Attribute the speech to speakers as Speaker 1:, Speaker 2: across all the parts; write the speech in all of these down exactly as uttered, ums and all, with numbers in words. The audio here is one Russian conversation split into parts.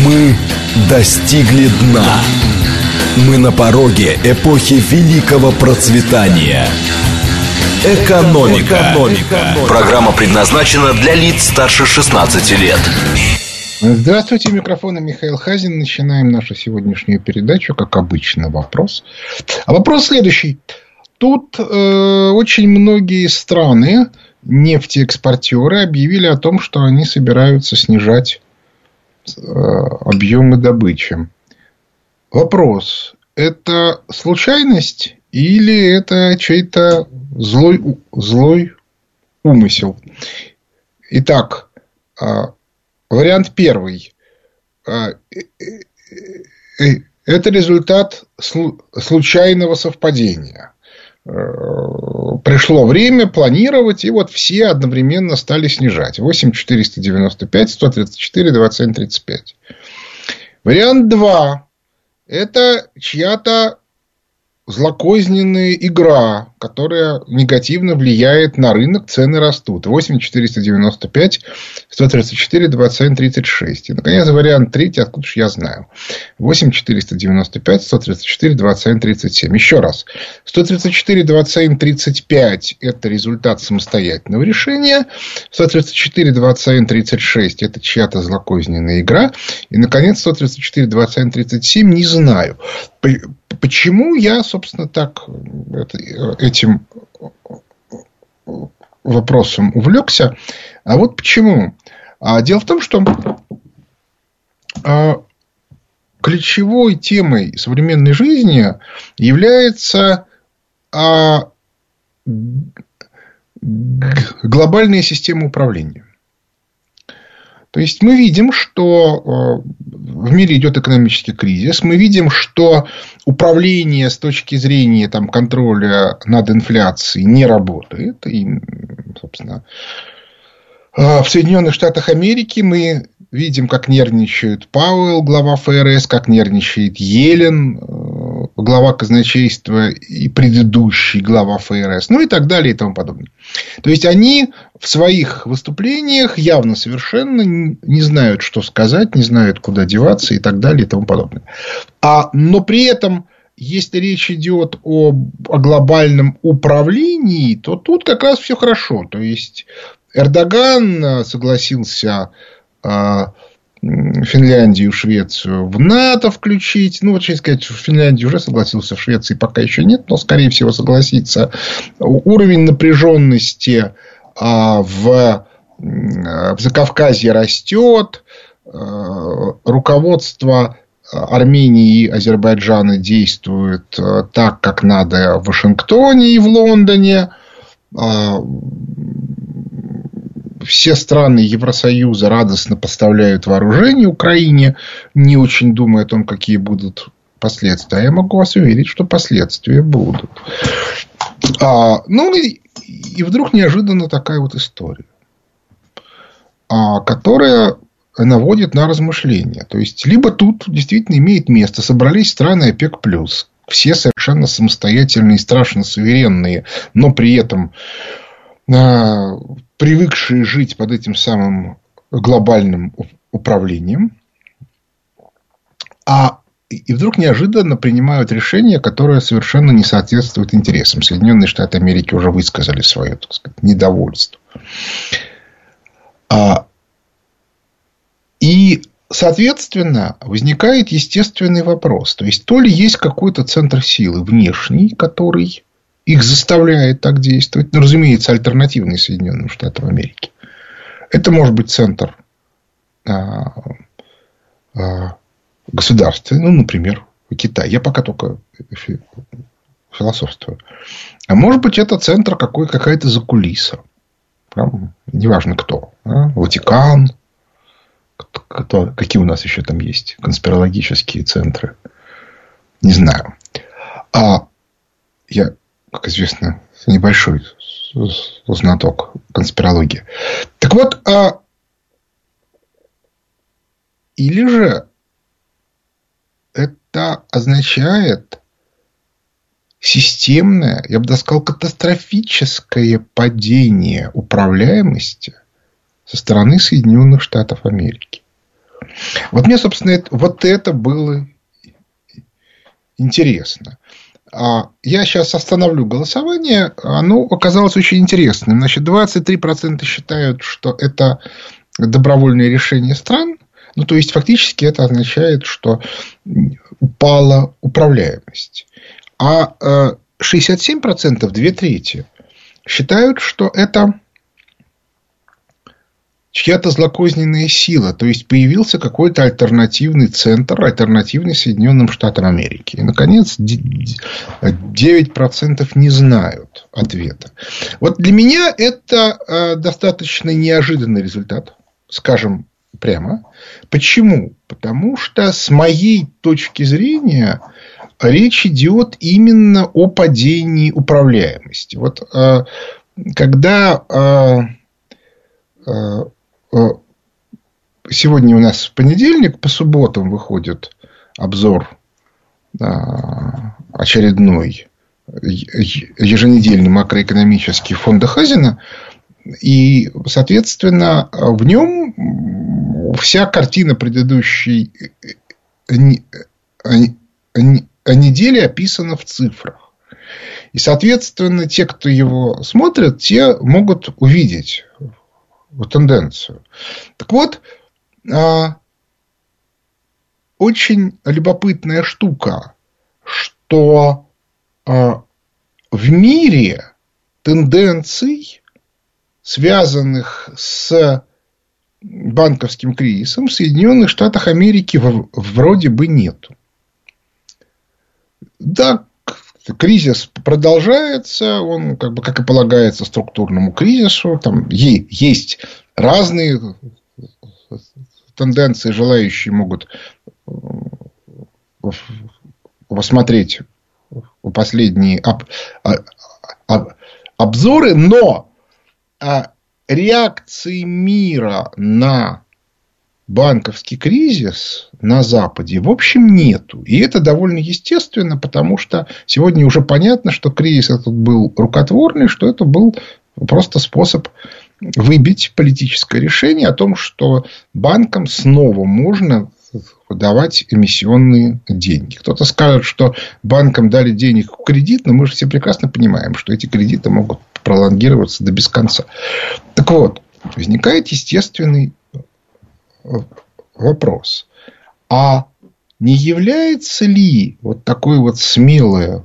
Speaker 1: Мы достигли дна. Мы на пороге эпохи великого процветания. Экономика. Экономика. Программа предназначена для лиц старше шестнадцати лет.
Speaker 2: Здравствуйте, у микрофона Михаил Хазин. Начинаем нашу сегодняшнюю передачу, как обычно, вопрос. А вопрос следующий. Тут э, очень многие страны, нефтеэкспортеры, объявили о том, что они собираются снижать э, объемы добычи. Вопрос. Это случайность или это чей-то злой, злой умысел? Итак, э, вариант первый. Э, э, э, это результат случайного совпадения. Пришло время планировать, и вот все одновременно стали снижать. восемь четыреста девяносто пять, сто тридцать четыре, двадцать семь тридцать пять. Вариант два. Это чья-то злокозненная игра, которая негативно влияет на рынок, цены растут. восемь четыреста девяносто пять, сто тридцать четыре, двадцать семь тридцать шесть. И, наконец, вариант третий, откуда же я знаю. восемь четыреста девяносто пять, сто тридцать четыре, двадцать семь тридцать семь. Еще раз. сто тридцать четыре, двадцать семь тридцать пять – это результат самостоятельного решения. сто тридцать четыре, двадцать семь тридцать шесть – это чья-то злокозненная игра. И, наконец, сто тридцать четыре, двадцать семь тридцать семь – не знаю. Почему я, собственно, так этим вопросом увлекся? А вот почему. Дело в том, что ключевой темой современной жизни является глобальная система управления. То есть мы видим, что в мире идет экономический кризис. Мы видим, что управление с точки зрения там, контроля над инфляцией не работает. И, собственно, в Соединенных Штатах Америки мы видим, как нервничает Пауэлл, глава эф эр эс, как нервничает Йеллен, глава казначейства и предыдущий глава эф эр эс, ну и так далее и тому подобное. То есть они в своих выступлениях явно совершенно не знают, что сказать, не знают, куда деваться и так далее и тому подобное. А, но при этом, если речь идет о, о глобальном управлении, то тут как раз все хорошо. То есть Эрдоган согласился Финляндию, Швецию в НАТО включить. Ну, вот, честно сказать, Финляндия уже согласился, в Швеции пока еще нет, но, скорее всего, согласится. Уровень напряженности в, в Закавказье растет. Руководство Армении и Азербайджана действует так, как надо в Вашингтоне и в Лондоне. Все страны Евросоюза радостно поставляют вооружение Украине, не очень думая о том, какие будут последствия. А я могу вас уверить, что последствия будут. А, ну, и, и вдруг неожиданно такая вот история, а, которая наводит на размышления. То есть, либо тут действительно имеет место, собрались страны ОПЕК+, все совершенно самостоятельные, страшно суверенные, но при этом привыкшие жить под этим самым глобальным управлением, а и вдруг неожиданно принимают решение, которое совершенно не соответствует интересам. Соединенные Штаты Америки уже высказали свое, так сказать, недовольство. И, соответственно, возникает естественный вопрос. То есть, то ли есть какой-то центр силы внешний, который их заставляет так действовать. Ну, разумеется, альтернативный Соединенным Штатам Америки. Это может быть центр а, а, государственный, ну, например, Китай. Я пока только философствую. А может быть, это центр какой, какая-то закулиса. Прям, неважно кто. А? Ватикан. Кто, какие у нас еще там есть конспирологические центры. Не знаю. А я... как известно, небольшой знаток конспирологии. Так вот, а... или же это означает системное, я бы даже сказал, катастрофическое падение управляемости со стороны Соединенных Штатов Америки. Вот мне, собственно, это, вот это было интересно. Я сейчас остановлю голосование. Оно оказалось очень интересным. Значит, двадцать три процента считают, что это добровольное решение стран. Ну, то есть, фактически это означает, что упала управляемость. А шестьдесят семь процентов, две трети, считают, что это чья-то злокозненная сила. То есть, появился какой-то альтернативный центр, альтернативный Соединенным Штатам Америки. И, наконец, девять процентов не знают ответа. Вот для меня это достаточно неожиданный результат, скажем прямо. Почему? Потому что, с моей точки зрения, речь идет именно о падении управляемости. Вот когда сегодня у нас понедельник, по субботам выходит обзор очередной еженедельный макроэкономический фонда Хазина. И, соответственно, в нем вся картина предыдущей недели описана в цифрах. И, соответственно, те, кто его смотрят, те могут увидеть тенденцию. Так вот, очень любопытная штука, что в мире тенденций, связанных с банковским кризисом, в Соединенных Штатах Америки вроде бы нету. Да, кризис продолжается, он, как бы, как и полагается структурному кризису, там есть разные тенденции, желающие могут посмотреть последние об, об, обзоры, но реакции мира на банковский кризис на Западе, в общем, нету. И это довольно естественно, потому что сегодня уже понятно, что кризис этот был рукотворный, что это был просто способ выбить политическое решение о том, что банкам снова можно выдавать эмиссионные деньги. Кто-то скажет, что банкам дали денег в кредит, но мы же все прекрасно понимаем, что эти кредиты могут пролонгироваться до без конца. Так вот, возникает естественный вопрос. А не является ли вот такое вот смелое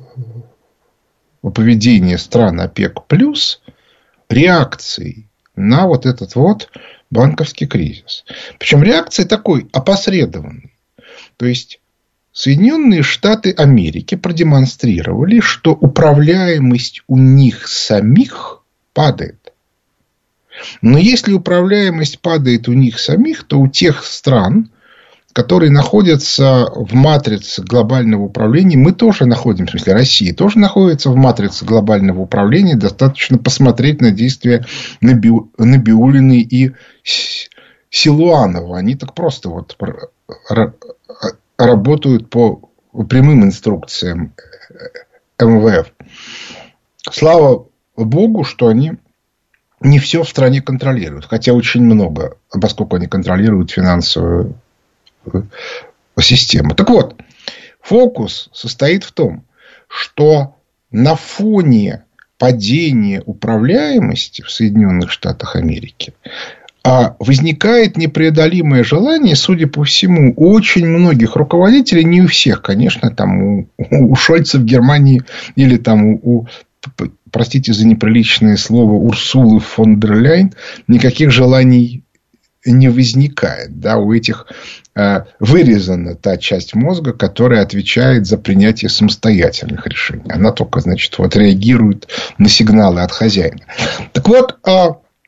Speaker 2: поведение стран ОПЕК плюс реакцией на вот этот вот банковский кризис? Причем реакция такой опосредованной. То есть, Соединенные Штаты Америки продемонстрировали, что управляемость у них самих падает. Но если управляемость падает у них самих, то у тех стран, которые находятся в матрице глобального управления, мы тоже находимся, в смысле Россия тоже находится в матрице глобального управления, достаточно посмотреть на действия Набиуллиной и Силуанова. Они так просто вот работают по прямым инструкциям эм вэ эф. Слава богу, что они не все в стране контролируют. Хотя очень много, поскольку они контролируют финансовую систему. Так вот, фокус состоит в том, что на фоне падения управляемости в Соединенных Штатах Америки возникает непреодолимое желание, судя по всему, у очень многих руководителей, не у всех, конечно, там у, у Шольца в Германии или там у, у, простите за неприличное слово, Урсулы фон дер Ляйен, никаких желаний не возникает. Да, у этих э, вырезана та часть мозга, которая отвечает за принятие самостоятельных решений. Она только, значит, вот реагирует на сигналы от хозяина. Так вот, э,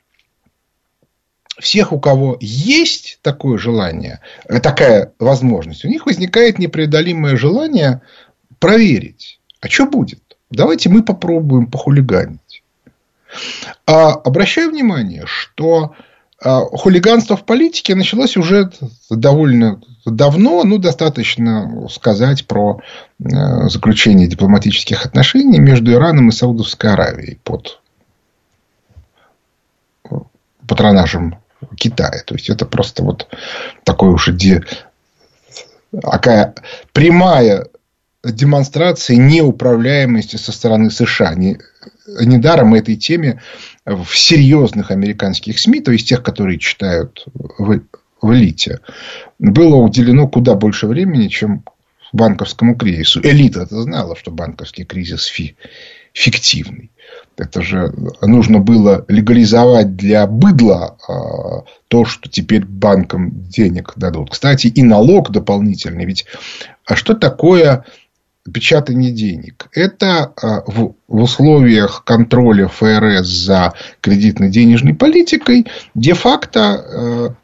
Speaker 2: всех, у кого есть такое желание, такая возможность, у них возникает непреодолимое желание проверить, а что будет? Давайте мы попробуем похулиганить. А обращаю внимание, что хулиганство в политике началось уже довольно давно. Ну, достаточно сказать про заключение дипломатических отношений между Ираном и Саудовской Аравией под патронажем Китая. То есть, это просто вот такой уже де... такая прямая демонстрация неуправляемости со стороны США. Не... Недаром этой теме в серьезных американских СМИ, то есть тех, которые читают в, в элите, было уделено куда больше времени, чем банковскому кризису. Элита-то знала, что банковский кризис фи- фиктивный. Это же нужно было легализовать для быдла а, то, что теперь банкам денег дадут. Кстати, и налог дополнительный. Ведь а что такое печатание денег? Это а, в, в условиях контроля ФРС за кредитно-денежной политикой де-факто а,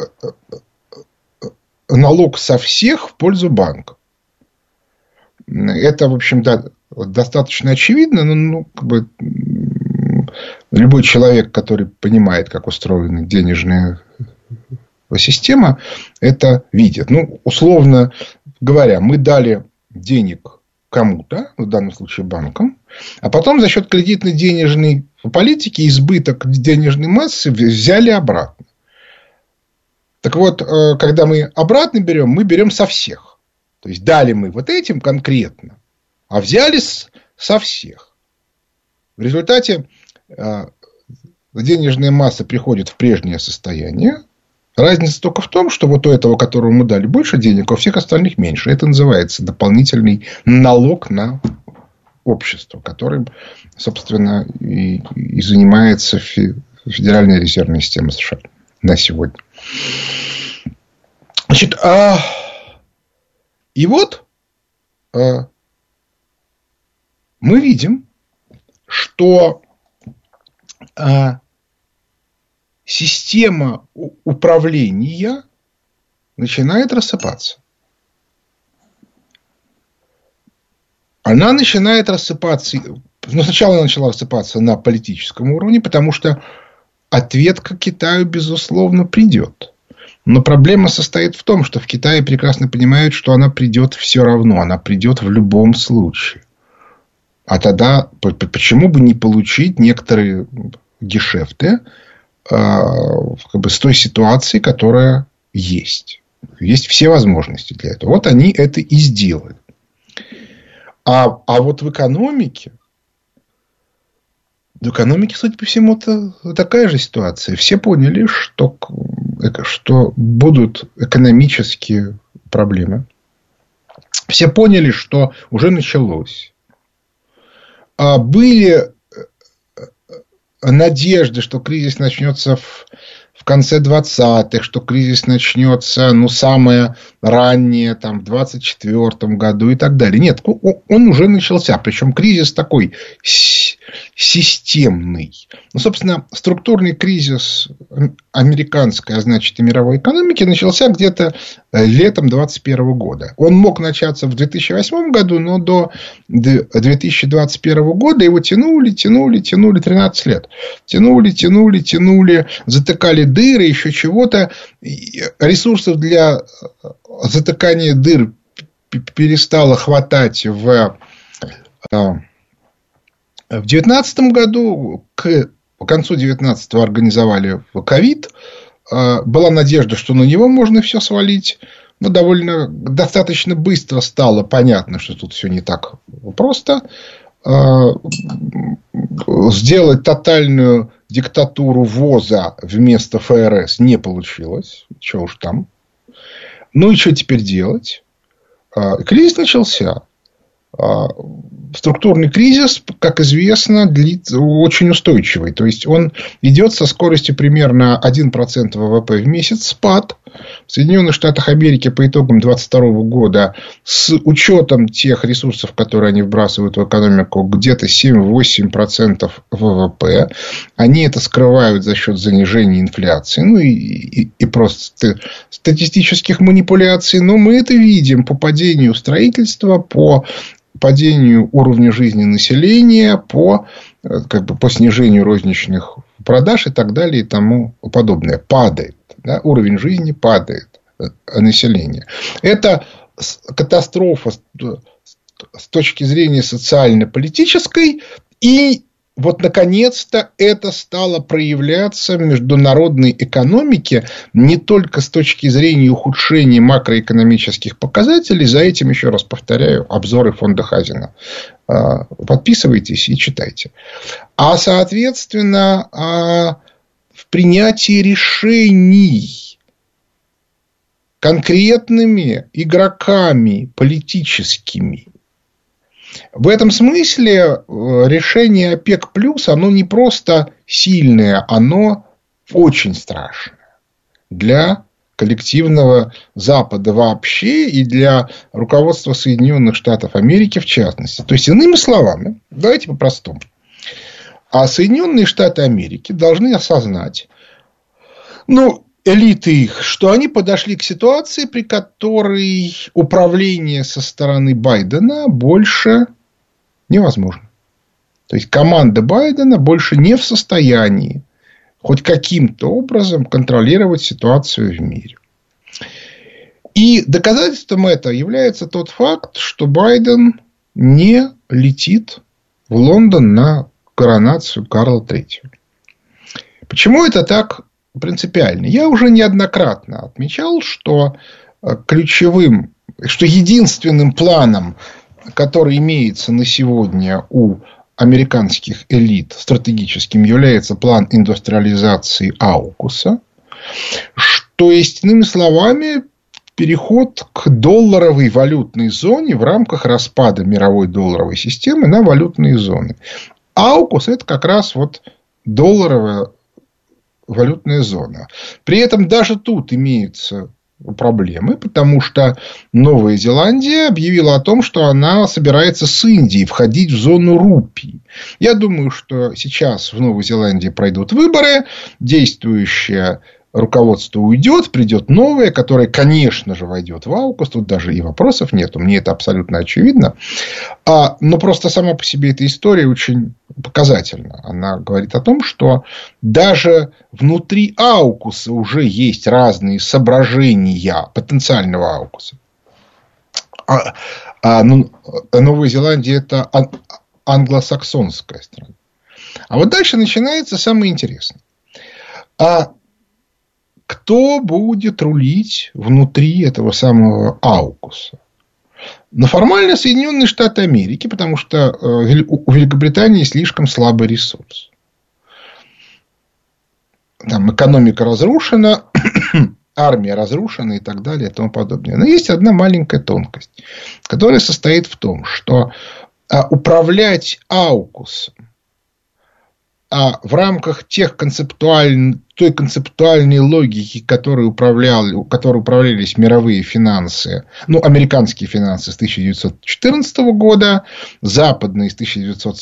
Speaker 2: налог со всех в пользу банка. Это, в общем, да, достаточно очевидно, но ну, как бы, любой человек, который понимает, как устроена денежная система, это видит. Ну, условно говоря, мы дали денег кому-то, в данном случае банкам, а потом за счет кредитно-денежной политики избыток денежной массы взяли обратно. Так вот, когда мы обратно берем, мы берем со всех. То есть, дали мы вот этим конкретно, а взяли со всех. В результате денежная масса приходит в прежнее состояние. Разница только в том, что вот у этого, которому мы дали больше денег, а у всех остальных меньше. Это называется дополнительный налог на общество, которым, собственно, и, и занимается Федеральная резервная система США на сегодня. Значит, а... И вот э, мы видим, что э, система управления начинает рассыпаться. Она начинает рассыпаться. Ну, сначала она начала рассыпаться на политическом уровне, потому что ответка Китаю, безусловно, придет. Но проблема состоит в том, что в Китае прекрасно понимают, что она придет все равно. Она придет в любом случае. А тогда почему бы не получить некоторые гешефты как бы, с той ситуации, которая есть. Есть все возможности для этого. Вот они это и сделали. А, а вот в экономике... В экономике, судя по всему, это такая же ситуация. Все поняли, что, что будут экономические проблемы. Все поняли, что уже началось. Были надежды, что кризис начнется в, в конце двадцатых, что кризис начнется, ну, самое раннее, там, в двадцать четвёртом году и так далее. Нет, он уже начался. Причем кризис такой системный. Ну, собственно, структурный кризис американской, а значит и мировой экономики начался где-то летом двадцать первого года. Он мог начаться в две тысячи восьмом году, но до две тысячи двадцать первого года его тянули, тянули, тянули тринадцать лет. Тянули, тянули, тянули, затыкали дыры, еще чего-то. Ресурсов для затыкания дыр перестало хватать в... В две тысячи девятнадцатом году, к концу две тысячи девятнадцатого организовали ковид. Была надежда, что на него можно все свалить. Но довольно достаточно быстро стало понятно, что тут все не так просто. Сделать тотальную диктатуру ВОЗа вместо ФРС не получилось. Чего уж там. Ну и что теперь делать? Кризис начался. Структурный кризис, как известно, длится очень устойчивый. То есть, он идет со скоростью примерно один процент ВВП в месяц спад. В Соединенных Штатах Америки по итогам две тысячи двадцать второго года с учетом тех ресурсов, которые они вбрасывают в экономику, где-то семь-восемь процентов ВВП. Они это скрывают за счет занижения инфляции. Ну, и, и, и просто статистических манипуляций. Но мы это видим по падению строительства, по падению уровня жизни населения, по, как бы, по снижению розничных продаж и так далее и тому подобное. Падает. Да? Уровень жизни падает. Населения. Это катастрофа с точки зрения социально-политической и вот наконец-то это стало проявляться в международной экономике не только с точки зрения ухудшения макроэкономических показателей. За этим, еще раз повторяю, обзоры фонда Хазина. Подписывайтесь и читайте. А, соответственно, в принятии решений конкретными игроками политическими. В этом смысле решение ОПЕК+, оно не просто сильное, оно очень страшное для коллективного Запада вообще и для руководства Соединенных Штатов Америки в частности. То есть, иными словами, давайте по-простому. А Соединенные Штаты Америки должны осознать, ну, элиты их, что они подошли к ситуации, при которой управление со стороны Байдена больше невозможно. То есть, команда Байдена больше не в состоянии хоть каким-то образом контролировать ситуацию в мире. И доказательством этого является тот факт, что Байден не летит в Лондон на коронацию Карла Третьего. Почему это так принципиально? Я уже неоднократно отмечал, что ключевым, что единственным планом, который имеется на сегодня у американских элит, стратегическим является план индустриализации Аукуса. То есть, иными словами, переход к долларовой валютной зоне в рамках распада мировой долларовой системы на валютные зоны. Аукус – это как раз вот долларовая валютная зона. При этом даже тут имеются проблемы, потому что Новая Зеландия объявила о том, что она собирается с Индией входить в зону рупий. Я думаю, что сейчас в Новой Зеландии пройдут выборы, действующее руководство уйдет, придет новое, которое, конечно же, войдет в Аукус. Тут даже и вопросов нету. Мне это абсолютно очевидно. А, но просто сама по себе эта история очень показательна. Она говорит о том, что даже внутри Аукуса уже есть разные соображения потенциального Аукуса. А, а, ну, Новая Зеландия – это англосаксонская страна. А вот дальше начинается самое интересное. А кто будет рулить внутри этого самого Аукуса? Но формально Соединенные Штаты Америки, потому что у Великобритании слишком слабый ресурс. Там экономика разрушена, армия разрушена и так далее и тому подобное. Но есть одна маленькая тонкость, которая состоит в том, что управлять Аукусом а в рамках тех концептуаль... той концептуальной логики, которой, управляли... которой управлялись мировые финансы, ну, американские финансы с тысяча девятьсот четырнадцатого года, западные с тысяча девятьсот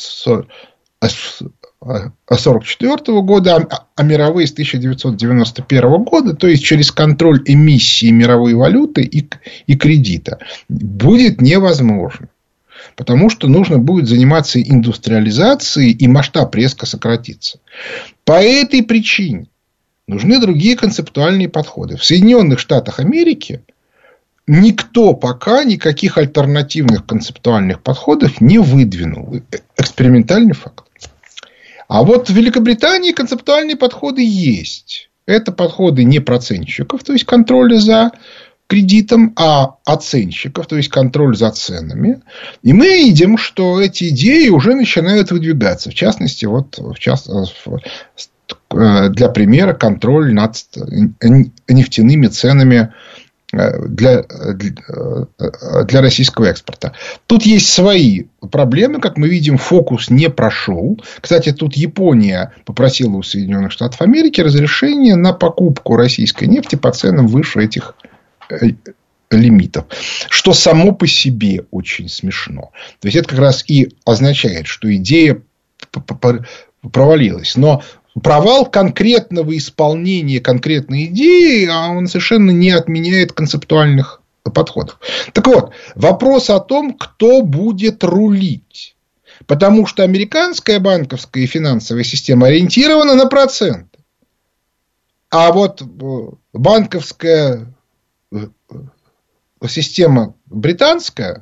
Speaker 2: сорок четвёртого года, а мировые с тысяча девятьсот девяносто первого года, то есть через контроль эмиссии мировой валюты и, и кредита, будет невозможно. Потому что нужно будет заниматься индустриализацией, и масштаб резко сократится. По этой причине нужны другие концептуальные подходы. В Соединенных Штатах Америки никто пока никаких альтернативных концептуальных подходов не выдвинул. Экспериментальный факт. А вот в Великобритании концептуальные подходы есть. Это подходы не процентщиков, то есть контроля за кредитом, а оценщиков, то есть контроль за ценами. И мы видим, что эти идеи уже начинают выдвигаться. В частности, вот, в част... для примера, контроль над нефтяными ценами для, для российского экспорта. Тут есть свои проблемы. Как мы видим, фокус не прошел. Кстати, тут Япония попросила у Соединенных Штатов Америки разрешение на покупку российской нефти по ценам выше этих лимитов. Что само по себе очень смешно. То есть, это как раз и означает, что идея провалилась. Но провал конкретного исполнения конкретной идеи, а он совершенно не отменяет концептуальных подходов. Так вот, вопрос о том, кто будет рулить. Потому что американская банковская и финансовая система ориентирована на проценты. А вот банковская система британская,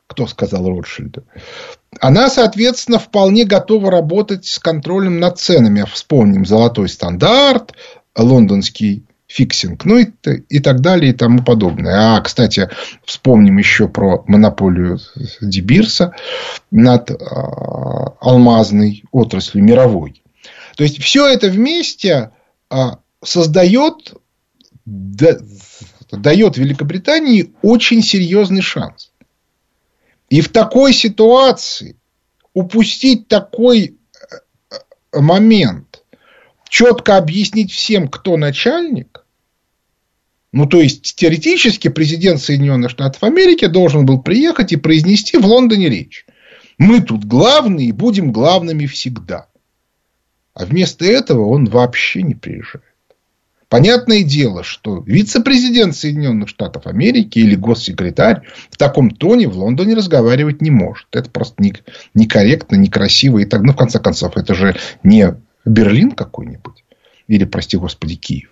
Speaker 2: кто сказал Ротшильду, она, соответственно, вполне готова работать с контролем над ценами. Вспомним золотой стандарт, лондонский фиксинг, ну и, и так далее и тому подобное. А, кстати, вспомним еще про монополию Де Бирса над а, алмазной отраслью мировой. То есть, все это вместе а, создает, да, дает Великобритании очень серьезный шанс. И в такой ситуации упустить такой момент, четко объяснить всем, кто начальник, ну, то есть, теоретически президент Соединенных Штатов Америки должен был приехать и произнести в Лондоне речь. Мы тут главные и будем главными всегда. А вместо этого он вообще не приезжает. Понятное дело, что вице-президент Соединенных Штатов Америки или госсекретарь в таком тоне в Лондоне разговаривать не может. Это просто некорректно, некрасиво. И так, ну, в конце концов, это же не Берлин какой-нибудь. Или, прости господи, Киев.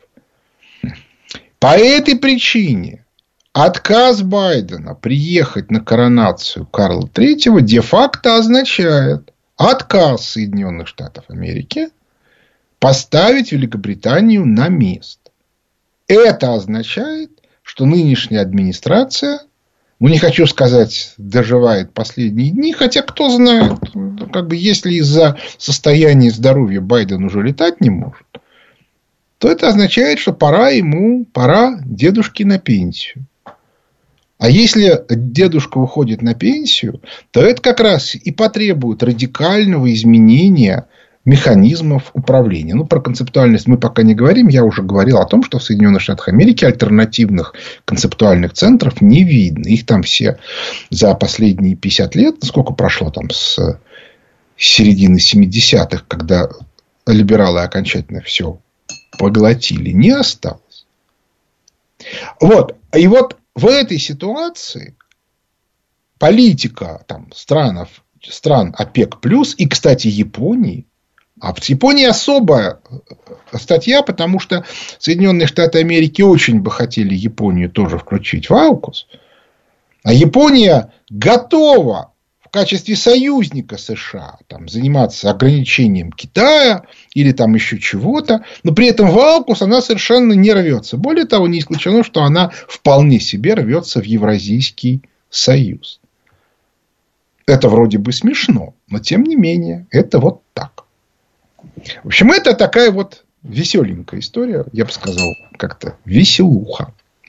Speaker 2: По этой причине отказ Байдена приехать на коронацию Карла третьего де-факто означает отказ Соединенных Штатов Америки поставить Великобританию на место. Это означает, что нынешняя администрация, ну, не хочу сказать, доживает последние дни, хотя кто знает, как бы, если из-за состояния здоровья Байден уже летать не может, то это означает, что пора ему, пора дедушке на пенсию. А если дедушка уходит на пенсию, то это как раз и потребует радикального изменения механизмов управления. Ну, про концептуальность мы пока не говорим. Я уже говорил о том, что в Соединенных Штатах Америки альтернативных концептуальных центров не видно. Их там все за последние пятьдесят лет, сколько прошло там с середины семидесятых, когда либералы окончательно все поглотили, не осталось. Вот. И вот в этой ситуации политика там, странов, стран ОПЕК+, и, кстати, Японии, а в Японии особая статья, потому что Соединенные Штаты Америки очень бы хотели Японию тоже включить в аукус. А Япония готова в качестве союзника США там, заниматься ограничением Китая или там еще чего-то. Но при этом в аукус она совершенно не рвется. Более того, не исключено, что она вполне себе рвется в Евразийский союз. Это вроде бы смешно, но тем не менее, это вот так. В общем, это такая вот веселенькая история, я бы сказал, как-то веселуха.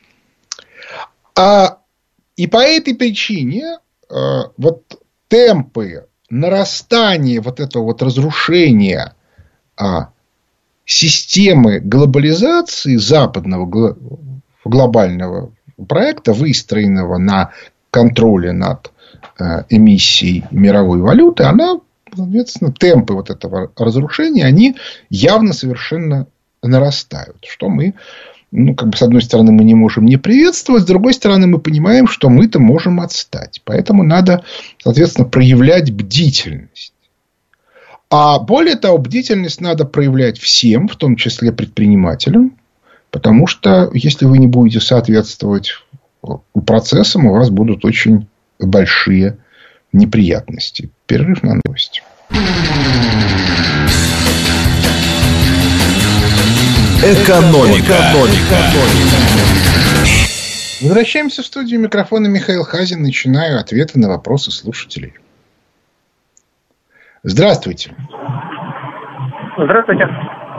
Speaker 2: А, и по этой причине а, вот темпы нарастания вот этого вот разрушения а, системы глобализации западного глобального проекта, выстроенного на контроле над а, эмиссией мировой валюты, она, соответственно, темпы вот этого разрушения, они явно совершенно нарастают. Что мы, ну, как бы, с одной стороны, мы не можем не приветствовать, с другой стороны, мы понимаем, что мы-то можем отстать. Поэтому надо, соответственно, проявлять бдительность. А более того, бдительность надо проявлять всем, в том числе предпринимателям. Потому что, если вы не будете соответствовать процессам, у вас будут очень большие неприятности. Перерыв на новости.
Speaker 1: Экономика. Экономика.
Speaker 2: Возвращаемся в студию. Микрофона Михаил Хазин. Начинаю ответы на вопросы слушателей. Здравствуйте.
Speaker 3: Здравствуйте.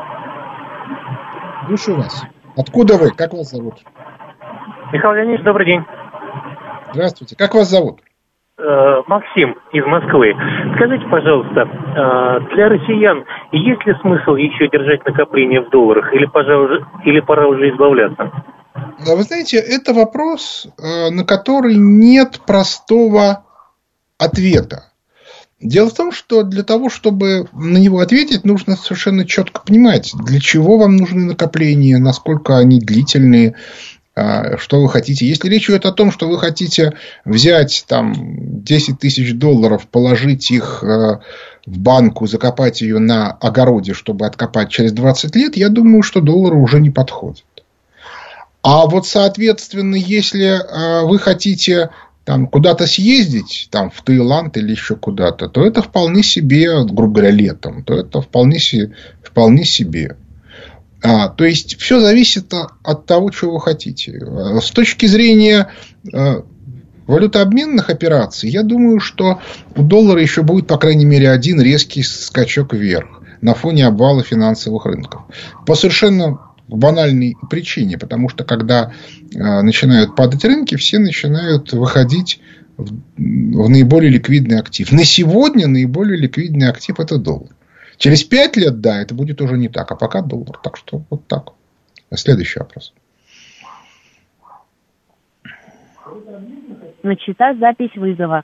Speaker 2: Слушаю вас. Откуда вы? Как вас зовут?
Speaker 3: Михаил Леонидович, добрый день.
Speaker 2: Здравствуйте. Как вас зовут?
Speaker 3: Максим из Москвы. Скажите, пожалуйста, для россиян есть ли смысл еще держать накопления в долларах или, пожалуй, или пора уже избавляться?
Speaker 2: Вы знаете, это вопрос, на который нет простого ответа. Дело в том, что для того, чтобы на него ответить, нужно совершенно четко понимать, для чего вам нужны накопления, насколько они длительные, что вы хотите. Если речь идет о том, что вы хотите взять там, десять тысяч долларов, положить их в банку, закопать ее на огороде, чтобы откопать через двадцать лет, я думаю, что доллары уже не подходят. А вот, соответственно, если вы хотите там, куда-то съездить, там, в Таиланд или еще куда-то, то это вполне себе, грубо говоря, летом, то это вполне себе. Вполне себе. А, то есть, все зависит от того, чего вы хотите. С точки зрения а, валютообменных операций, я думаю, что у доллара еще будет, по крайней мере, один резкий скачок вверх на фоне обвала финансовых рынков. По совершенно банальной причине. Потому что, когда а, начинают падать рынки, все начинают выходить в, в наиболее ликвидный актив. На сегодня наиболее ликвидный актив – это доллар. Через пять лет, да, это будет уже не так. А пока доллар. Так что вот так. Следующий вопрос.
Speaker 4: Начата запись вызова.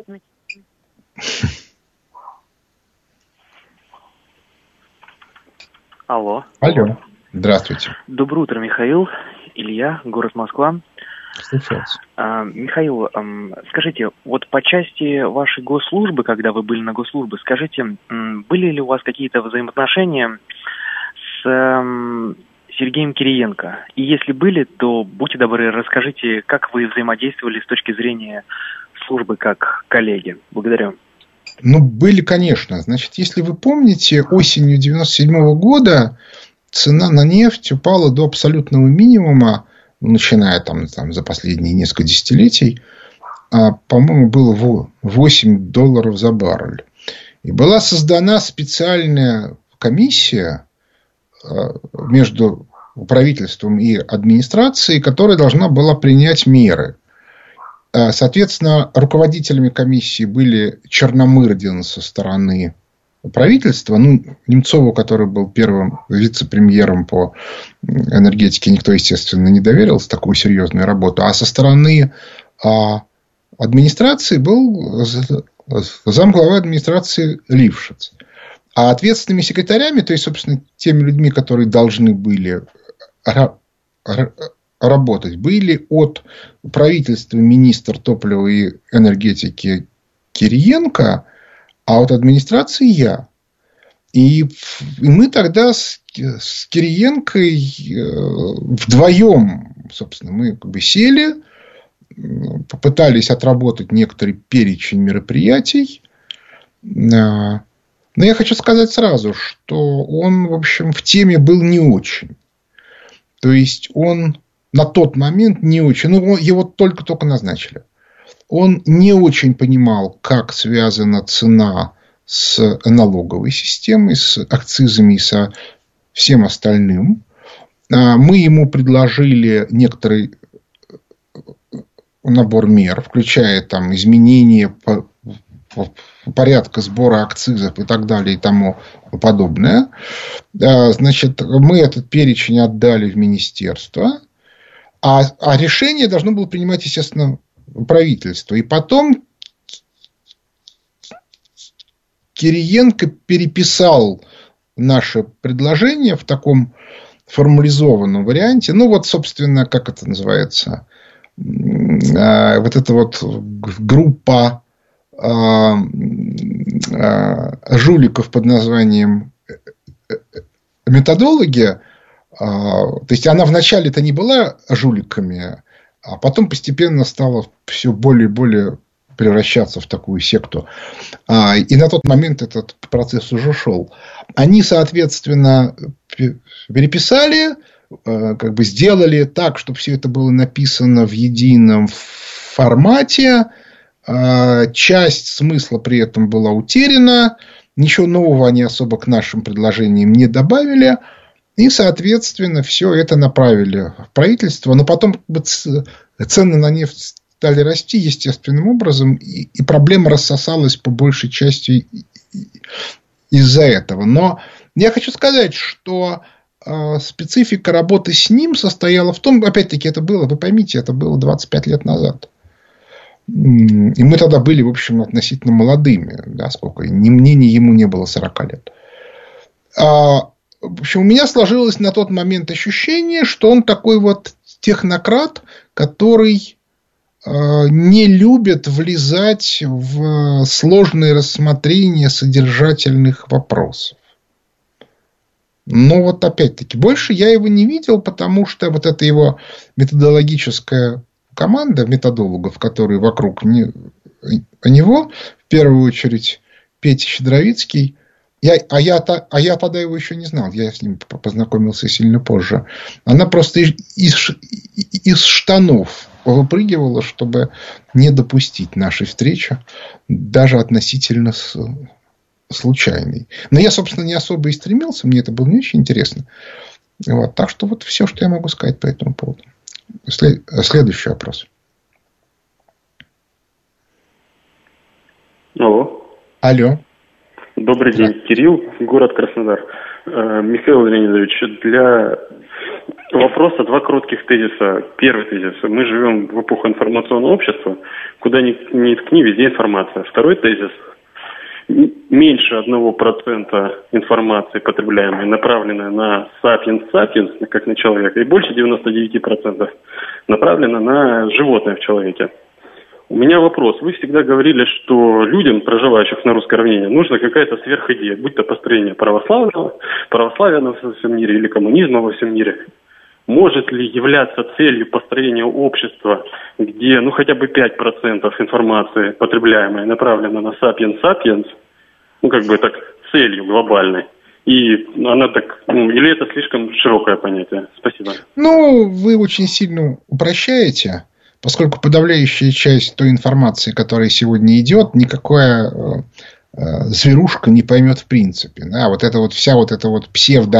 Speaker 5: Алло.
Speaker 2: Алло. Здравствуйте.
Speaker 5: Доброе утро, Михаил. Илья, город Москва.
Speaker 2: Слушайте.
Speaker 5: А, Михаил, а, скажите, вот по части вашей госслужбы, когда вы были на госслужбе, скажите, были ли у вас какие-то взаимоотношения с а, Сергеем Кириенко? И если были, то будьте добры, расскажите, как вы взаимодействовали с точки зрения службы как коллеги. Благодарю.
Speaker 2: Ну, были, конечно. Значит, если вы помните, осенью девяносто седьмого года цена на нефть упала до абсолютного минимума, начиная там, там за последние несколько десятилетий, а, по-моему, было восемь долларов за баррель. И была создана специальная комиссия между правительством и администрацией, которая должна была принять меры. Соответственно, руководителями комиссии были Черномырдин со стороны правительства. Ну, Немцову, который был первым вице-премьером по энергетике, никто, естественно, не доверился такую серьезную работу. А со стороны а, администрации был замглавы администрации Лившиц. А ответственными секретарями, то есть, собственно, теми людьми, которые должны были работать, были от правительства министр топлива и энергетики Кириенко, а от администрации я. И, и мы тогда с, с Кириенкой вдвоем, собственно, мы как бы сели, попытались отработать некоторый перечень мероприятий. Но я хочу сказать сразу, что он, в общем, в теме был не очень. То есть, он на тот момент не очень... Ну, его только-только назначили. Он не очень понимал, как связана цена с налоговой системой, с акцизами и со всем остальным. Мы ему предложили некоторый набор мер, включая там, изменение порядка сбора акцизов и так далее и тому подобное. Значит, мы этот перечень отдали в министерство, а, а решение должно было принимать, естественно, правительство. И потом Кириенко переписал наше предложение в таком формализованном варианте. Ну, вот, собственно, как это называется? Вот эта вот группа жуликов под названием методологи. То есть, она вначале-то не была жуликами, а потом постепенно стала все более и более превращаться в такую секту. И на тот момент этот процесс уже шел. Они, соответственно, переписали, как бы сделали так, чтобы все это было написано в едином формате. Часть смысла при этом была утеряна. Ничего нового они особо к нашим предложениям не добавили. И, соответственно, все это направили в правительство. Но потом цены на нефть стали расти естественным образом. И, и проблема рассосалась по большей части из-за этого. Но я хочу сказать, что э, специфика работы с ним состояла в том, опять-таки, это было, вы поймите, это было двадцать пять лет назад. И мы тогда были, в общем, относительно молодыми. Да, сколько? Ни мне, ни ему не было сорок лет. А, в общем, у меня сложилось на тот момент ощущение, что он такой вот технократ, который э, не любит влезать в сложные рассмотрения содержательных вопросов. Но вот опять-таки, больше я его не видел, потому что вот эта его методологическая команда методологов, которые вокруг не, него, в первую очередь Петя Щедровицкий. Я, а, я, а я тогда его еще не знал. Я с ним познакомился сильно позже. Она просто из, из, из штанов выпрыгивала, чтобы не допустить нашей встречи, даже относительно с, случайной. Но я, собственно, не особо и стремился. Мне это было не очень интересно. Вот. Так что вот все, что я могу сказать по этому поводу. След, следующий вопрос.
Speaker 6: Алло.
Speaker 2: Алло.
Speaker 6: Добрый день, да. Кирилл, город Краснодар. Михаил Леонидович, для вопроса два коротких тезиса. Первый тезис. Мы живем в эпоху информационного общества, куда ни, ни ткни, везде информация. Второй тезис. Меньше одного процента информации, потребляемой, направлена на сапиенс-сапиенс, как на человека, и больше девяносто девять процентов направлена на животное в человеке. У меня вопрос. Вы всегда говорили, что людям, проживающим на русской равнине, нужна какая-то сверхидея, будь то построение православного, православия во всем мире или коммунизма во всем мире. Может ли являться целью построения общества, где ну хотя бы пять процентов информации, потребляемой, направлена на сапиенс-сапиенс, ну как бы так целью глобальной, и она так, ну, или это слишком широкое понятие? Спасибо.
Speaker 2: Ну, вы очень сильно упрощаете. Поскольку подавляющая часть той информации, которая сегодня идет, никакая э, э, зверушка не поймет в принципе. Да? Вот это вот вся вот эта вот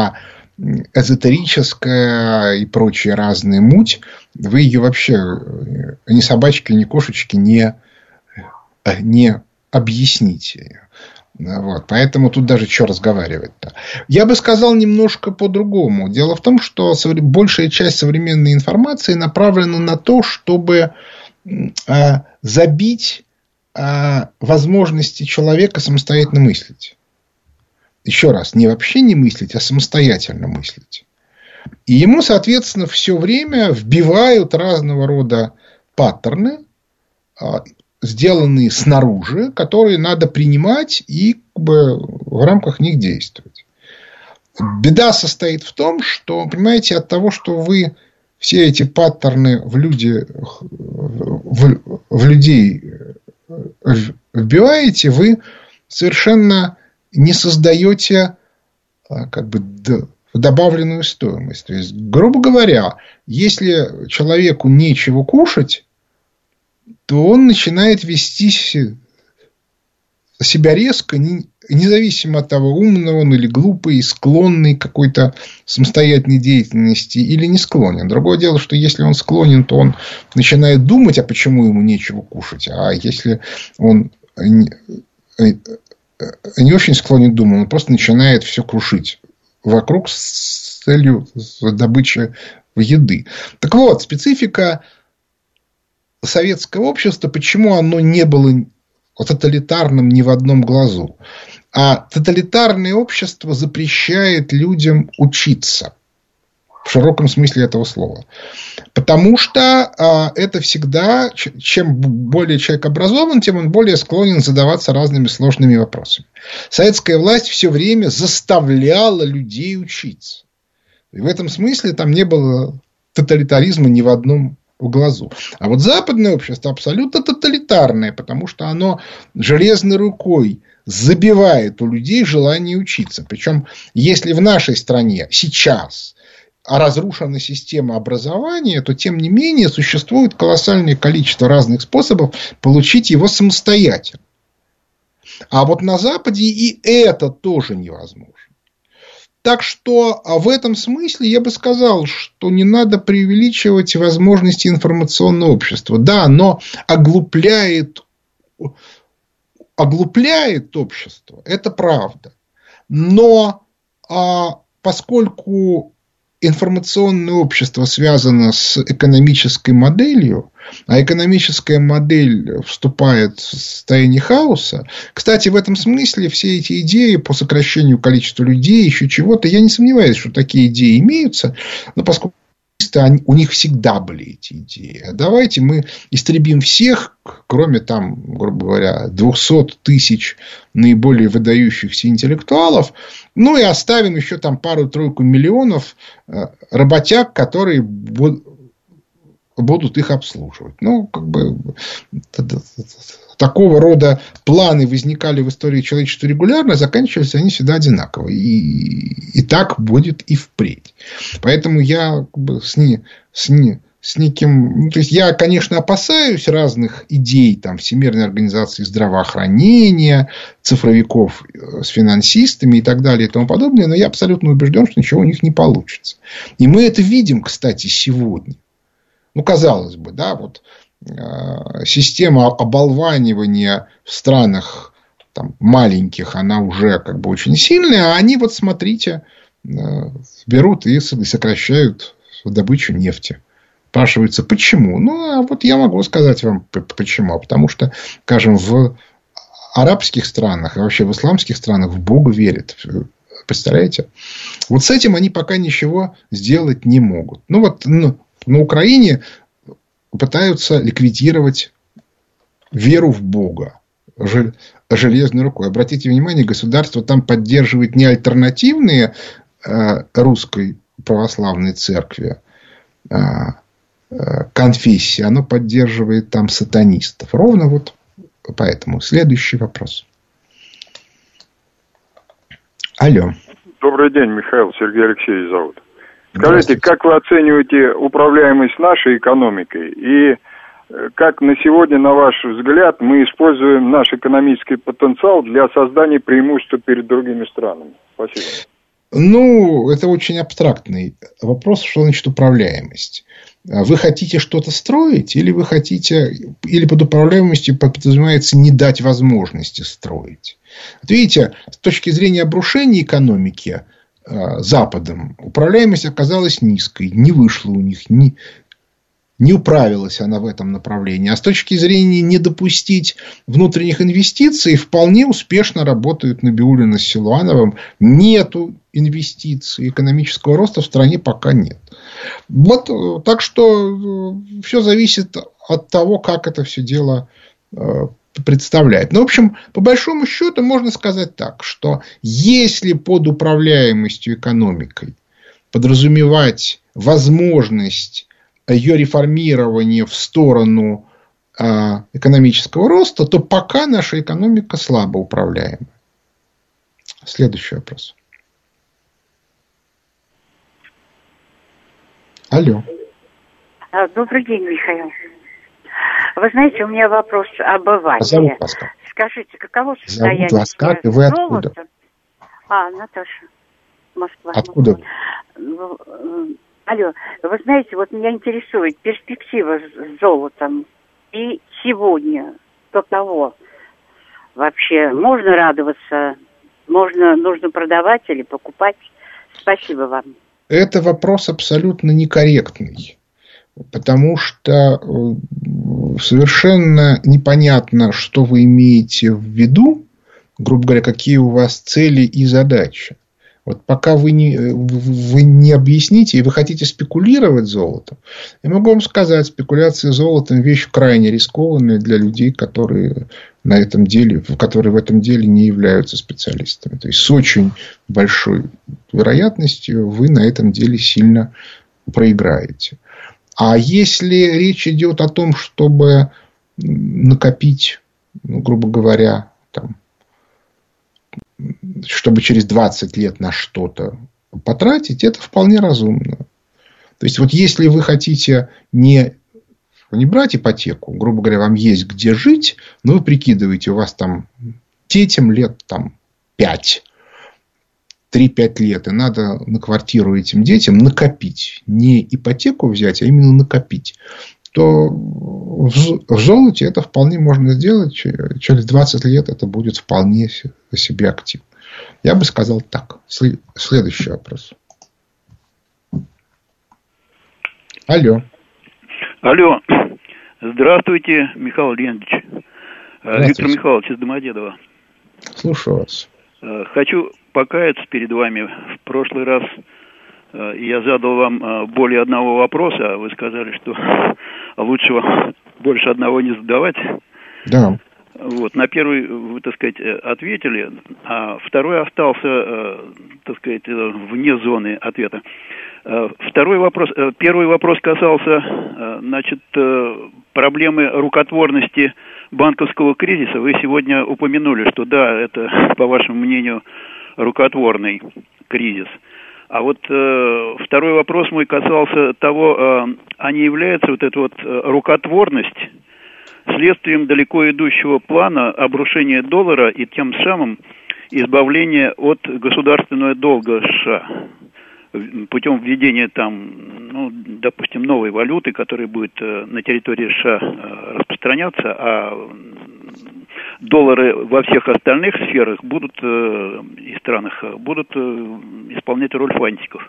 Speaker 2: псевдоэзотерическая и прочая разная муть, вы ее вообще ни собачки, ни кошечки не, не объясните. Вот. Поэтому тут даже что разговаривать-то. Я бы сказал немножко по-другому. Дело в том, что большая часть современной информации направлена на то, чтобы э, забить э, возможности человека самостоятельно мыслить. Еще раз, не вообще не мыслить, а самостоятельно мыслить. И ему, соответственно, все время вбивают разного рода паттерны, э, сделанные снаружи, которые надо принимать и как бы в рамках них действовать. Беда состоит в том, что, понимаете, от того, что вы все эти паттерны в, люди, в, в людей вбиваете, вы совершенно не создаете как бы добавленную стоимость. То есть, грубо говоря, если человеку нечего кушать, то он начинает вести себя резко, независимо от того, умный он или глупый, склонный к какой-то самостоятельной деятельности или не склонен. Другое дело, что если он склонен, то он начинает думать, а почему ему нечего кушать. А если он не очень склонен думать, он просто начинает все крушить вокруг с целью добычи еды. Так вот, специфика советского общества, почему оно не было тоталитарным ни в одном глазу. А тоталитарное общество запрещает людям учиться. В широком смысле этого слова. Потому что а, это всегда, чем более человек образован, тем он более склонен задаваться разными сложными вопросами. Советская власть все время заставляла людей учиться. И в этом смысле там не было тоталитаризма ни в одном в глазу. А вот западное общество абсолютно тоталитарное, потому что оно железной рукой забивает у людей желание учиться. Причем, если в нашей стране сейчас разрушена система образования, то, тем не менее, существует колоссальное количество разных способов получить его самостоятельно. А вот на Западе и это тоже невозможно. Так что в этом смысле я бы сказал, что не надо преувеличивать возможности информационного общества. Да, оно оглупляет, оглупляет общество, это правда. Но а, поскольку информационное общество связано с экономической моделью, а экономическая модель вступает в состояние хаоса. Кстати, в этом смысле все эти идеи по сокращению количества людей, еще чего-то, я не сомневаюсь, что такие идеи имеются, но поскольку у них всегда были эти идеи. А давайте мы истребим всех, кроме там, грубо говоря, двухсот тысяч наиболее выдающихся интеллектуалов, ну и оставим еще там пару-тройку миллионов работяг, которые будут их обслуживать. Ну, как бы такого рода планы возникали в истории человечества регулярно, заканчивались они всегда одинаково. И, и так будет и впредь. Поэтому я как бы, с, не, с, не, с неким... Ну, то есть, я, конечно, опасаюсь разных идей там, Всемирной организации здравоохранения, цифровиков с финансистами и так далее и тому подобное. Но я абсолютно убежден, что ничего у них не получится. И мы это видим, кстати, сегодня. Ну, казалось бы, да, вот э, система оболванивания в странах там, маленьких, она уже как бы очень сильная, а они, вот смотрите, э, берут и сокращают добычу нефти. Спрашивается, почему? Ну, а вот я могу сказать вам, почему. Потому что, скажем, в арабских странах и вообще в исламских странах в Бога верят. Представляете? Вот с этим они пока ничего сделать не могут. Ну, вот... Ну, на Украине пытаются ликвидировать веру в Бога железной рукой. Обратите внимание, государство там поддерживает не альтернативные э, русской православной церкви э, э, конфессии, оно поддерживает там сатанистов. Ровно вот поэтому. Следующий вопрос. Алло.
Speaker 7: Добрый день, Михаил. Сергей Алексеевич зовут. Скажите, как вы оцениваете управляемость нашей экономикой и как на сегодня, на ваш взгляд, мы используем наш экономический потенциал для создания преимущества перед другими странами? Спасибо.
Speaker 2: Ну, это очень абстрактный вопрос, что значит управляемость. Вы хотите что-то строить, или вы хотите, или под управляемостью подразумевается не дать возможности строить? Вот видите, с точки зрения обрушения экономики Западом управляемость оказалась низкой, не вышла у них, не, не управилась она в этом направлении. А с точки зрения не допустить внутренних инвестиций, вполне успешно работают Набиуллина с Силуановым. Нету инвестиций, экономического роста в стране пока нет. Вот, так что все зависит от того, как это все дело представляет. Ну, в общем, по большому счету можно сказать так, что если под управляемостью экономикой подразумевать возможность ее реформирования в сторону э, экономического роста, то пока наша экономика слабо управляема. Следующий вопрос. Алло.
Speaker 4: Добрый день, Михаил. Вы знаете, у меня вопрос об Иване.
Speaker 2: Зовут вас как?
Speaker 4: Скажите, каково состояние
Speaker 2: Зовут вас как? И вы откуда?
Speaker 4: А, Наташа, Москва.
Speaker 2: Откуда?
Speaker 4: Алло, вы знаете, вот меня интересует перспектива с золотом. И сегодня, до того, вообще можно радоваться, можно, нужно продавать или покупать? Спасибо вам.
Speaker 2: Это вопрос абсолютно некорректный. Потому что совершенно непонятно, что вы имеете в виду, грубо говоря, какие у вас цели и задачи. Вот пока вы не, вы не объясните, и вы хотите спекулировать золотом, я могу вам сказать, спекуляция золотом – вещь крайне рискованная для людей, которые, на этом деле, которые в этом деле не являются специалистами. То есть, с очень большой вероятностью вы на этом деле сильно проиграете. А если речь идет о том, чтобы накопить, ну, грубо говоря, там, чтобы через двадцать лет на что-то потратить, это вполне разумно. То есть, вот если вы хотите не, не брать ипотеку, грубо говоря, вам есть где жить, но вы прикидываете, у вас там детям лет там, пять, три-пять лет, и надо на квартиру этим детям накопить. Не ипотеку взять, а именно накопить. То в золоте это вполне можно сделать. Через двадцать лет это будет вполне себе актив. Я бы сказал так. Следующий вопрос. Алло.
Speaker 8: Алло. Здравствуйте, Михаил Леонидович. Здравствуйте. Виктор Михайлович из Домодедово.
Speaker 2: Слушаю вас.
Speaker 8: Хочу покаяться перед вами. В прошлый раз я задал вам более одного вопроса, а вы сказали, что лучше больше одного не задавать.
Speaker 2: Да.
Speaker 8: Вот, на первый, вы, так сказать, ответили, а второй остался, так сказать, вне зоны ответа. Второй вопрос. Первый вопрос касался, значит, проблемы рукотворности банковского кризиса. Вы сегодня упомянули, что да, это, по вашему мнению, рукотворный кризис. А вот э, второй вопрос мой касался того, э, а не является вот эта вот рукотворность следствием далеко идущего плана обрушения доллара и тем самым избавления от государственного долга США путем введения там, ну, допустим, новой валюты, которая будет э, на территории США э, распространяться, а доллары во всех остальных сферах будут э, и странах будут э, исполнять роль фантиков.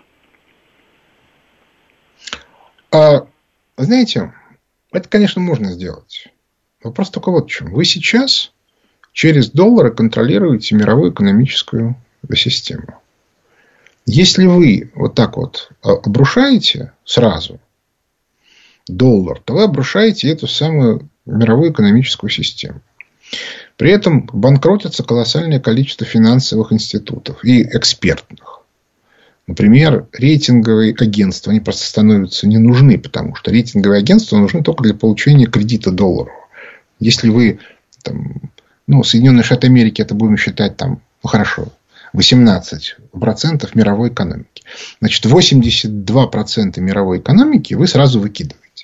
Speaker 2: А, знаете, это, конечно, можно сделать. Вопрос только вот в чем. Вы сейчас через доллары контролируете мировую экономическую систему. Если вы вот так вот обрушаете сразу доллар, то вы обрушаете эту самую мировую экономическую систему. При этом банкротится колоссальное количество финансовых институтов и экспертных. Например, рейтинговые агентства, они просто становятся не нужны, потому что рейтинговые агентства нужны только для получения кредита долларового. Если вы, там, ну, Соединенные Штаты Америки, это будем считать, там, ну, хорошо, восемнадцать процентов мировой экономики. Значит, восемьдесят два процента мировой экономики вы сразу выкидываете.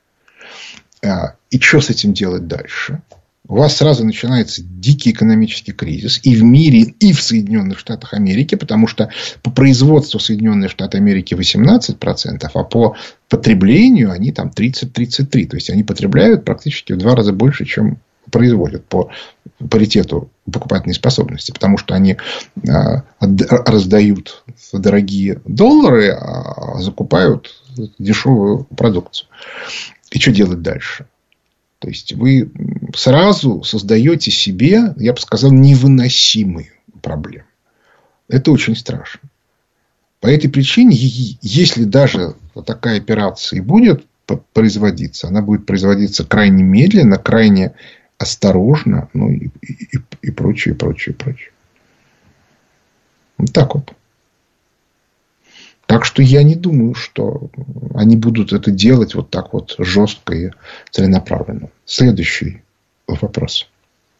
Speaker 2: И что с этим делать дальше? У вас сразу начинается дикий экономический кризис и в мире, и в Соединенных Штатах Америки, потому что по производству Соединенные Штаты Америки восемнадцать процентов, а по потреблению они там тридцать-тридцать три процента. То есть они потребляют практически в два раза больше, чем производят по паритету покупательной способности, потому что они а, раздают дорогие доллары, а закупают дешевую продукцию. И что делать дальше? То есть вы сразу создаете себе, я бы сказал, невыносимые проблемы. Это очень страшно. По этой причине, если даже такая операция будет производиться, она будет производиться крайне медленно, крайне осторожно, ну и, и, и прочее, и прочее, и прочее. Вот так вот. Так что я не думаю, что они будут это делать вот так вот жестко и целенаправленно. Следующий вопрос.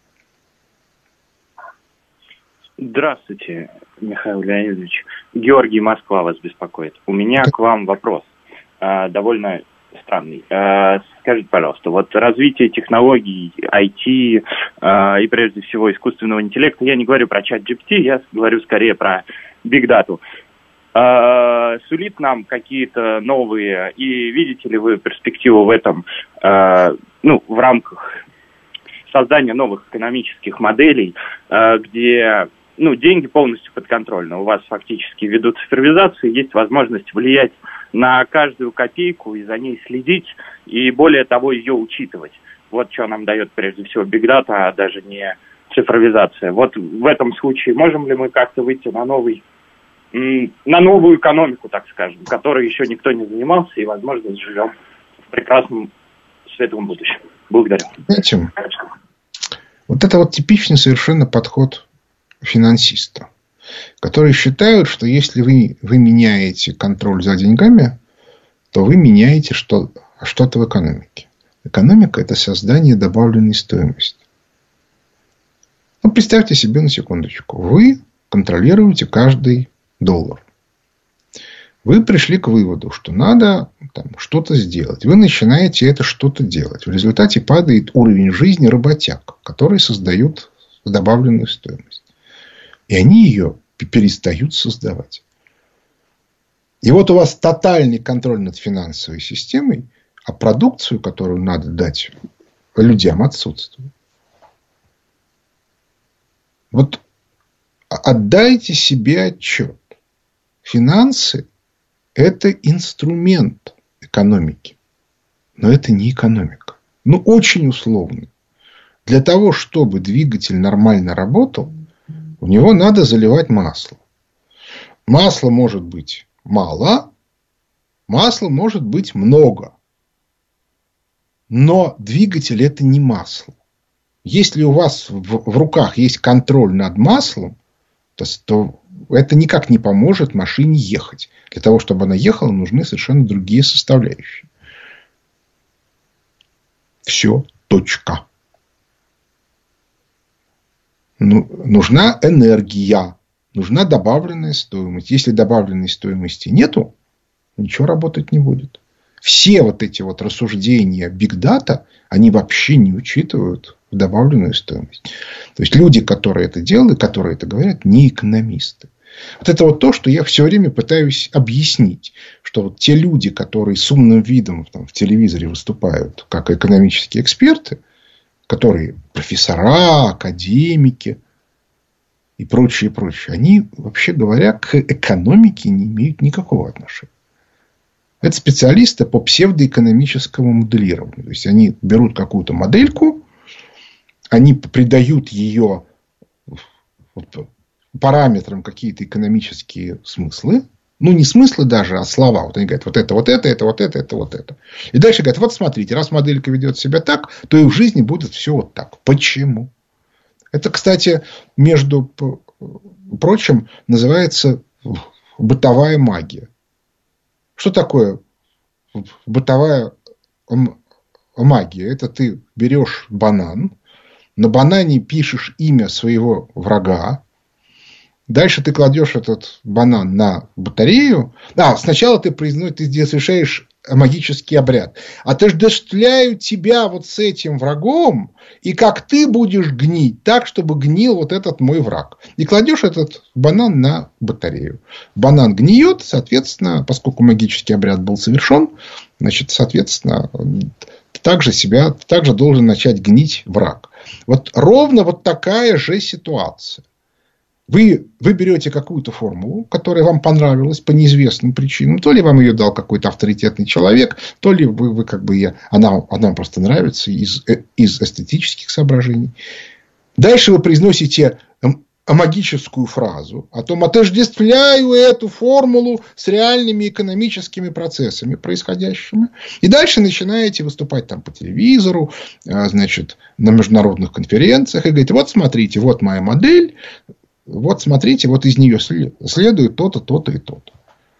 Speaker 9: Здравствуйте, Михаил Леонидович. Георгий, Москва вас беспокоит. У меня к вам вопрос. Довольно странный. Скажите, пожалуйста, вот развитие технологий, ай ти и, прежде всего, искусственного интеллекта, я не говорю про чат джи пи ти, я говорю скорее про Big Data, сулит нам какие-то новые, и видите ли вы перспективу в этом, ну, в рамках создания новых экономических моделей, где, ну, деньги полностью подконтрольны, у вас фактически ввиду цифровизации есть возможность влиять на каждую копейку и за ней следить, и более того, ее учитывать. Вот что нам дает прежде всего Big Data, а даже не цифровизация. Вот в этом случае можем ли мы как-то выйти на новый, на новую экономику, так скажем, которой еще никто не занимался, и, возможно, живем в прекрасном светлом будущем. Благодарю.
Speaker 2: Знаете, вот это вот типичный совершенно подход финансиста, которые считают, что если вы, вы меняете контроль за деньгами, то вы меняете что, что-то в экономике. Экономика – это создание добавленной стоимости. Ну, представьте себе на секундочку. Вы контролируете каждый доллар. Вы пришли к выводу, что надо там, что-то сделать. Вы начинаете это что-то делать. В результате падает уровень жизни работяг, которые создают добавленную стоимость. И они ее перестают создавать. И вот у вас тотальный контроль над финансовой системой, а продукцию, которую надо дать людям, отсутствует. Вот отдайте себе отчет. Финансы – это инструмент экономики. Но это не экономика. Ну, очень условно. Для того, чтобы двигатель нормально работал, в него надо заливать масло. Масла может быть мало, масла может быть много. Но двигатель – это не масло. Если у вас в, в руках есть контроль над маслом, то, то это никак не поможет машине ехать. Для того, чтобы она ехала, нужны совершенно другие составляющие. Все. Точка. Ну, нужна энергия. Нужна добавленная стоимость. Если добавленной стоимости нету, ничего работать не будет. Все вот эти вот рассуждения Big Data, они вообще не учитывают добавленную стоимость. То есть, люди, которые это делают, которые это говорят, не экономисты. Вот это вот то, что я все время пытаюсь объяснить. Что вот те люди, которые с умным видом там, в телевизоре выступают как экономические эксперты, которые профессора, академики и прочее, прочее, они, вообще говоря, к экономике не имеют никакого отношения. Это специалисты по псевдоэкономическому моделированию. То есть, они берут какую-то модельку, они придают ее параметрам какие-то экономические смыслы. Ну, не смыслы даже, а слова. Вот они говорят, вот это, вот это, это, вот это, это, вот это. И дальше говорят, вот смотрите, раз моделька ведет себя так, то и в жизни будет все вот так. Почему? Это, кстати, между прочим, называется бытовая магия. Что такое бытовая магия? Это ты берешь банан, на банане пишешь имя своего врага, дальше ты кладешь этот банан на батарею. А, сначала ты произносишь, ты совершаешь магический обряд. Отождествляю тебя вот с этим врагом, и как ты будешь гнить, так, чтобы гнил вот этот мой враг. И кладешь этот банан на батарею. Банан гниет, соответственно, поскольку магический обряд был совершен, значит, соответственно, также себя, также должен начать гнить враг. Вот ровно вот такая же ситуация. Вы, вы берете какую-то формулу, которая вам понравилась по неизвестным причинам. То ли вам ее дал какой-то авторитетный человек, то ли вы, вы как бы я, она, она вам просто нравится из, из эстетических соображений. Дальше вы произносите магическую фразу о том, отождествляю эту формулу с реальными экономическими процессами происходящими. И дальше начинаете выступать там по телевизору, значит, на международных конференциях и говорите, вот смотрите, вот моя модель. Вот смотрите, вот из нее следует то-то, то-то и то-то.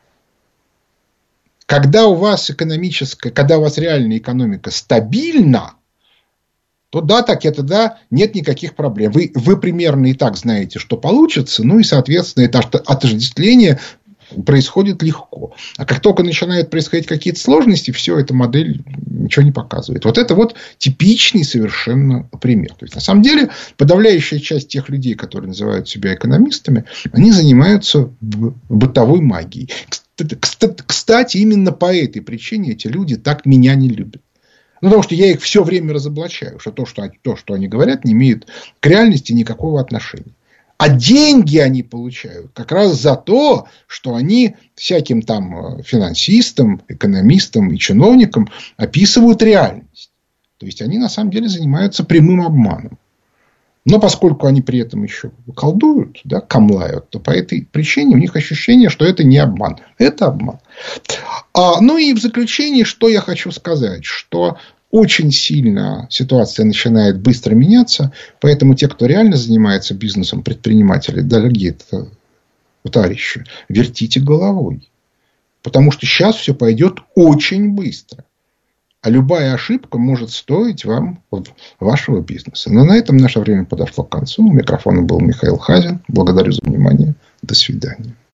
Speaker 2: Когда у вас экономическая, когда у вас реальная экономика стабильна, то да, так это да, нет никаких проблем. Вы, вы примерно и так знаете, что получится, ну и, соответственно, это отождествление происходит легко. А как только начинают происходить какие-то сложности, все, эта модель ничего не показывает. Вот это вот типичный совершенно пример. То есть, на самом деле, подавляющая часть тех людей, которые называют себя экономистами, они занимаются бытовой магией. Кстати, именно по этой причине эти люди так меня не любят. Ну, потому что я их все время разоблачаю, что то, что, то, что они говорят, не имеет к реальности никакого отношения. А деньги они получают как раз за то, что они всяким там финансистам, экономистам и чиновникам описывают реальность. То есть, они на самом деле занимаются прямым обманом. Но поскольку они при этом еще колдуют, да, камлают, то по этой причине у них ощущение, что это не обман. Это обман. А, ну и в заключение, что я хочу сказать, что очень сильно ситуация начинает быстро меняться, поэтому те, кто реально занимается бизнесом, предприниматели, дорогие товарищи, вертите головой. Потому что сейчас все пойдет очень быстро. А любая ошибка может стоить вам вашего бизнеса. Но на этом наше время подошло к концу. У микрофона был Михаил Хазин. Благодарю за внимание. До свидания.